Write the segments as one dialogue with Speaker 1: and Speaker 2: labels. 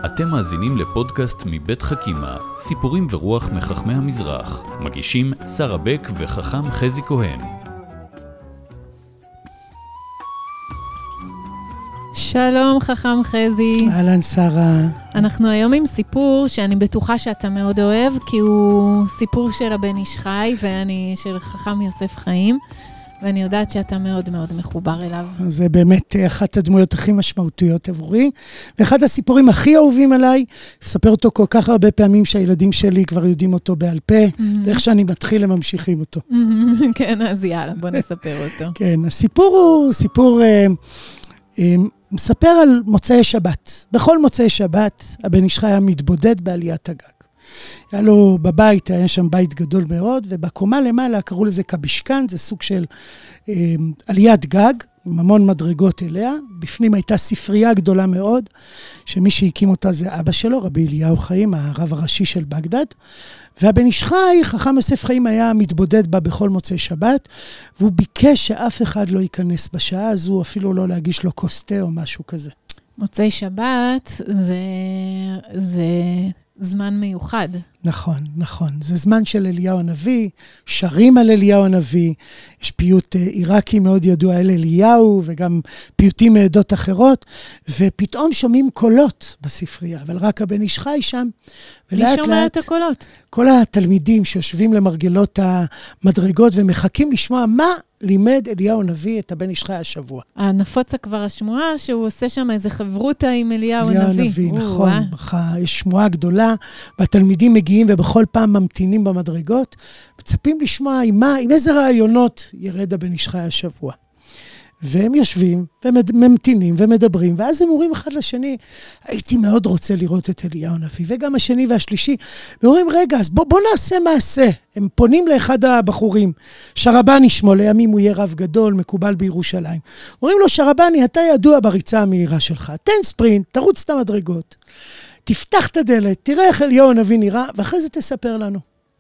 Speaker 1: אתם מאזינים לפודקאסט מבית חכימה, סיפורים ורוח מחכמי המזרח. מגישים שרה בק וחכם חזי כהן.
Speaker 2: שלום חכם חזי.
Speaker 3: אהלן שרה.
Speaker 2: אנחנו היום עם סיפור שאני בטוחה שאתה מאוד אוהב, כי הוא סיפור של הבן איש חי ואני של חכם יוסף חיים, ואני יודעת שאתה מאוד מאוד מחובר אליו.
Speaker 3: זה באמת אחת הדמויות הכי משמעותיות עבורי, ואחד הסיפורים הכי אהובים עליי, אספר אותו כל כך הרבה פעמים שהילדים שלי כבר יודעים אותו בעל פה, ואיך שאני מתחיל הם ממשיכים אותו.
Speaker 2: כן, אז יאללה, בוא נספר אותו.
Speaker 3: כן, הסיפור הוא סיפור מספר על מוצאי שבת. בכל מוצאי שבת הבן איש חי היה מתבודד בעליית הגג. היה לו בבית, היה שם בית גדול מאוד, ובקומה למעלה קראו לזה קבישקן, זה סוג של עליית גג, עם המון מדרגות אליה. בפנים הייתה ספרייה גדולה מאוד, שמי שהקים אותה זה אבא שלו, רבי אליהו חיים, הרב הראשי של בגדד. והבן איש חי, חכם יוסף חיים, היה מתבודד בה בכל מוצאי שבת, והוא ביקש שאף אחד לא ייכנס בשעה הזו, אפילו לא להגיש לו כוס תה או משהו כזה.
Speaker 2: מוצאי שבת זה זמן מיוחד.
Speaker 3: נכון, נכון. זה זמן של אליהו הנביא, שרים על אליהו הנביא, יש פיוט עיראקי מאוד ידוע על אליהו, וגם פיוטים מעדות אחרות, ופתאום שומעים קולות בספרייה, אבל רק הבן איש חי שם,
Speaker 2: מי שומע את הקולות?
Speaker 3: כל התלמידים שיושבים למרגלות המדרגות, ומחכים לשמוע מה לימד אליהו הנביא את הבן איש חי השבוע.
Speaker 2: הנפוצה כבר השמועה שהוא עושה שם איזה חברותה עם אליהו הנביא.
Speaker 3: אליהו הנביא, נכון. יש שמועה גדולה, והתלמידים מגיעים ובכל פעם ממתינים במדרגות, מצפים לשמוע עם איזה רעיונות ירד הבן איש חי השבוע. והם יושבים וממתינים ומדברים, ואז הם אומרים אחד לשני, הייתי מאוד רוצה לראות את אליהו הנביא, וגם השני והשלישי, ואומרים, רגע, אז בוא נעשה מעשה. הם פונים לאחד הבחורים, שרבני שמו, לימים הוא יהיה רב גדול, מקובל בירושלים. אומרים לו, שרבני, אתה ידוע בריצה המהירה שלך, תן ספרינט, תרוץ את המדרגות, תפתח את הדלת, תראה איך אליהו הנביא נראה, ואחרי זה תספר לנו.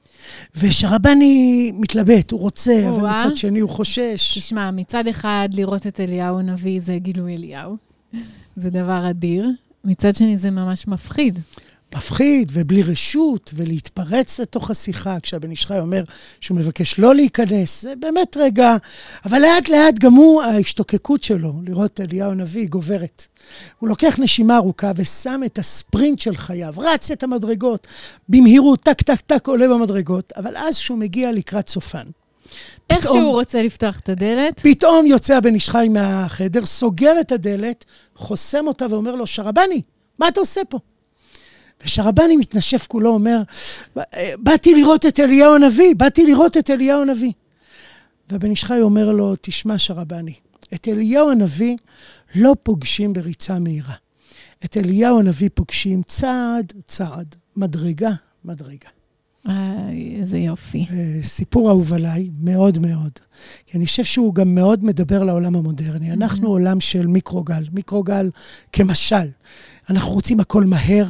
Speaker 3: ושרבני מתלבט, הוא רוצה, אבל מצד שני הוא חושש.
Speaker 2: תשמע, מצד אחד לראות את אליהו הנביא זה גילוי אליהו. זה דבר אדיר. מצד שני זה ממש מפחיד. מפחיד,
Speaker 3: ובלי רשות, ולהתפרץ לתוך השיחה, כשהבן איש חי אומר שהוא מבקש לא להיכנס, זה באמת רגע, אבל לאט לאט גם הוא, ההשתוקקות שלו, לראות אליהו הנביא, גוברת. הוא לוקח נשימה ארוכה ושם את הספרינט של חייו, רץ את המדרגות, במהירות, טק טק טק עולה במדרגות, אבל אז שהוא מגיע לקראת סופן.
Speaker 2: איך שהוא רוצה לפתוח את הדלת?
Speaker 3: פתאום יוצא הבן איש חי מהחדר, סוגר את הדלת, חוסם אותה ואומר לו, שרבני, מה אתה עושה פה? ושרבני מתנשף כולו, אומר, באתי לראות את אליהו הנביא. והבן איש חי אומר לו, תשמע שרבני, את אליהו הנביא לא פוגשים בריצה מהירה. את אליהו הנביא פוגשים צעד צעד, מדרגה מדרגה.
Speaker 2: איזה יופי.
Speaker 3: סיפור אהוב עליי, מאוד מאוד. כי אני חושב שהוא גם מאוד מדבר לעולם המודרני. אנחנו עולם של מיקרוגל כמשל. אנחנו רוצים הכל מהר,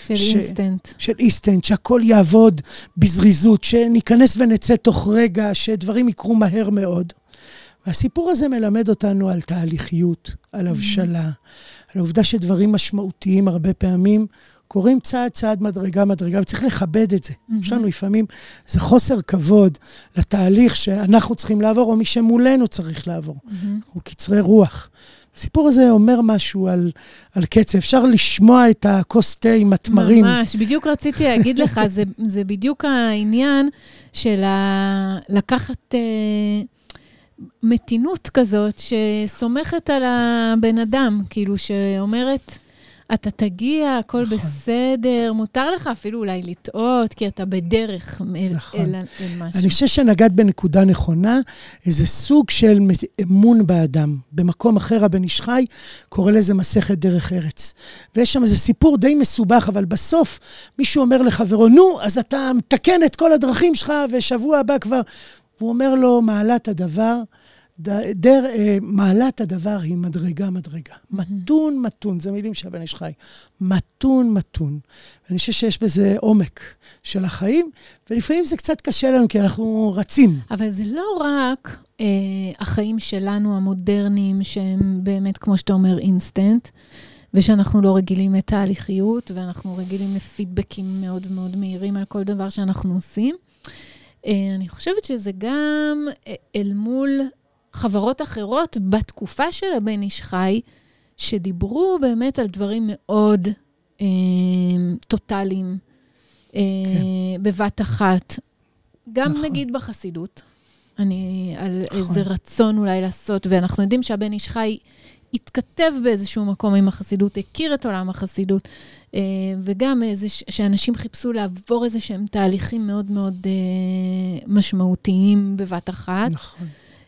Speaker 3: של אינסטנט, שהכל יעבוד בזריזות, שניכנס ונצא תוך רגע, שדברים יקרו מהר מאוד. והסיפור הזה מלמד אותנו על תהליכיות, על הבשלה, על העובדה שדברים משמעותיים הרבה פעמים קוראים צעד צעד מדרגה, וצריך לכבד את זה. יש לנו לפעמים, זה חוסר כבוד לתהליך שאנחנו צריכים לעבור, או מי שמולנו צריך לעבור. הוא קצרי רוח. הסיפור הזה אומר משהו על קצב. אפשר לשמוע את הכוס תה עם התמרים.
Speaker 2: ממש, בדיוק רציתי להגיד לך, זה בדיוק העניין של לקחת מתינות כזאת, שסומכת על הבן אדם, כאילו שאומרת, אתה תגיע, הכל בסדר, מותר לך אפילו אולי לטעות, כי אתה בדרך אל משהו.
Speaker 3: אני חושב שנגעת בנקודה נכונה, איזה סוג של אמון באדם. במקום אחר, הבן איש חי, קורא לזה מסכת דרך ארץ. ויש שם איזה סיפור די מסובך, אבל בסוף מישהו אומר לחברו, נו, אז אתה מתקן את כל הדרכים שלך, ושבוע הבא כבר, והוא אומר לו, מעלת הדבר היא מדרגה. מתון, זה מילים שהבן איש חי. מתון. ואני חושב שיש בזה עומק של החיים, ולפעמים זה קצת קשה לנו, כי אנחנו רצים.
Speaker 2: אבל זה לא רק החיים שלנו המודרניים, שהם באמת, כמו שאתה אומר, אינסטנט, ושאנחנו לא רגילים לתהליכיות, ואנחנו רגילים לפידבקים מאוד מאוד מהירים על כל דבר שאנחנו עושים. אני חושבת שזה גם אל מול חברות אחרות בתקופה של הבן איש חי, שדיברו באמת על דברים מאוד טוטליים, בבת אחת. גם נגיד בחסידות, על איזה רצון אולי לעשות, ואנחנו יודעים שהבן איש חי התכתב באיזשהו מקום עם החסידות, הכיר את עולם החסידות, וגם שאנשים חיפשו לעבור איזה שהם תהליכים מאוד מאוד משמעותיים בבת אחת.
Speaker 3: נכון.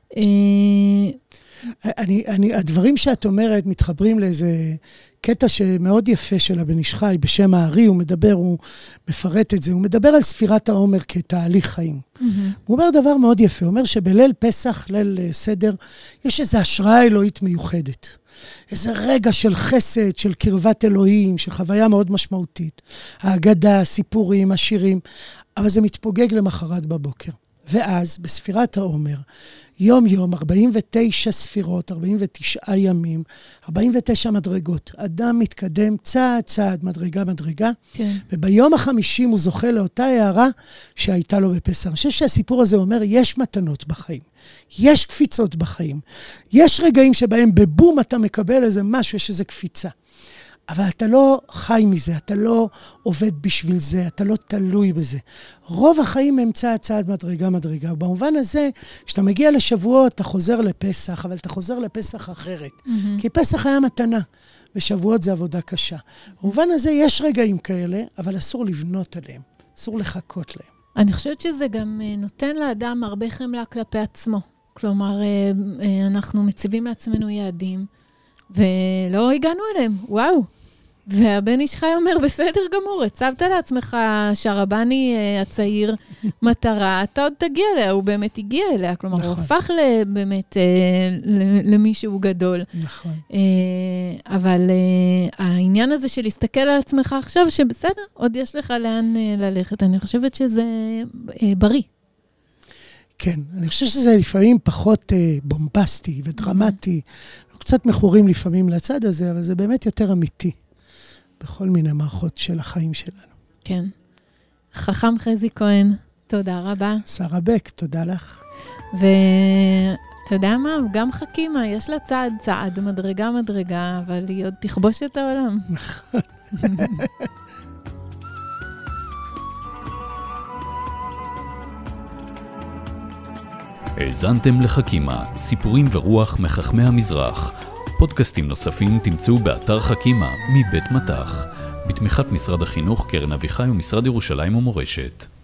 Speaker 3: הדברים שאת אומרת מתחברים לאיזה קטע שמאוד יפה של הבן איש חי, בשם הארי, הוא מפרט את זה, הוא מדבר על ספירת העומר כתהליך חיים. הוא אומר דבר מאוד יפה, הוא אומר שבליל פסח, ליל סדר, יש איזו השראה אלוהית מיוחדת. איזה רגע של חסד, של קרבת אלוהים, של חוויה מאוד משמעותית. האגדה, הסיפורים, השירים, אבל זה מתפוגג למחרת בבוקר. ואז, בספירת העומר, יום, 49 ספירות, 49 ימים, 49 מדרגות. אדם מתקדם צעד, מדרגה, כן. וביום ה-50 הוא זוכה לאותה הערה שהייתה לו בפסח. אני חושב שהסיפור הזה אומר, יש מתנות בחיים, יש קפיצות בחיים, יש רגעים שבהם בבום אתה מקבל איזה משהו, יש איזה קפיצה. אבל אתה לא חי מזה, אתה לא עובד בשביל זה, אתה לא תלוי בזה. רוב החיים הם צעד, מדרגה. במובן הזה, כשאתה מגיע לשבועות, אתה חוזר לפסח, אבל אתה חוזר לפסח אחרת. כי פסח היה מתנה, ושבועות זה עבודה קשה. במובן הזה יש רגעים כאלה, אבל אסור לבנות עליהם, אסור לחכות להם.
Speaker 2: אני חושבת שזה גם נותן לאדם הרבה חמלה כלפי עצמו. כלומר, אנחנו מציבים לעצמנו יעדים, ולא הגענו אליהם, וואו. והבן איש חי אומר, בסדר גמור, הצבת לעצמך שהרבני הצעיר מטרה, אתה עוד תגיע אליה, הוא באמת הגיע אליה, כלומר, נכון. הוא הפך באמת למישהו גדול.
Speaker 3: נכון.
Speaker 2: אבל העניין הזה של להסתכל על עצמך עכשיו, שבסדר, עוד יש לך לאן ללכת, אני חושבת שזה בריא.
Speaker 3: כן, אני חושב שזה לפעמים פחות בומבסטי ודרמטי, קצת מכורים לפעמים לצד הזה, אבל זה באמת יותר אמיתי, בכל מיני מערכות של החיים שלנו.
Speaker 2: כן. חכם חזי כהן, תודה רבה.
Speaker 3: שרה בק, תודה לך.
Speaker 2: ואתה יודע מה? גם חכימה, יש לה צעד, מדרגה, אבל היא עוד תכבוש את העולם.
Speaker 3: נכון.
Speaker 1: האזנתם לחכימה, סיפורים ורוח מחכמי המזרח. פודקאסטים נוספים תמצאו באתר חכימה מבית מטח, בתמיכת משרד החינוך, קרן אביחי ומשרד ירושלים ומורשת.